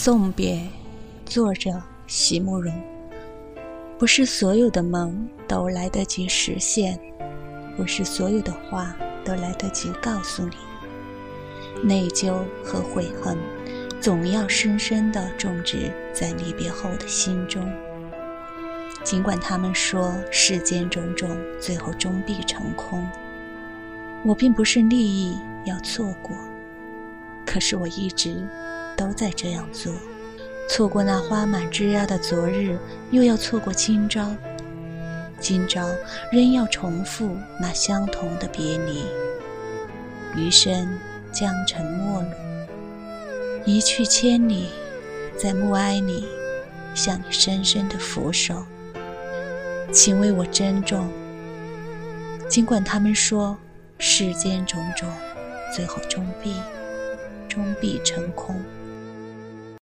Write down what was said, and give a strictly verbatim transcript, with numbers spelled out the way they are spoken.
送别，作者席慕容。不是所有的梦都来得及实现，不是所有的话都来得及告诉你。内疚和悔恨总要深深地种植在离别后的心中。尽管他们说世间种种最后终必成空，我并不是利益要错过，可是我一直都在这样做。错过那花满枝桠的昨日，又要错过今朝，今朝仍要重复那相同的别离。余生将成陌路，一去千里，在暮霭里向你深深的俯首，请为我珍重。尽管他们说世间种种最后终必终必成空。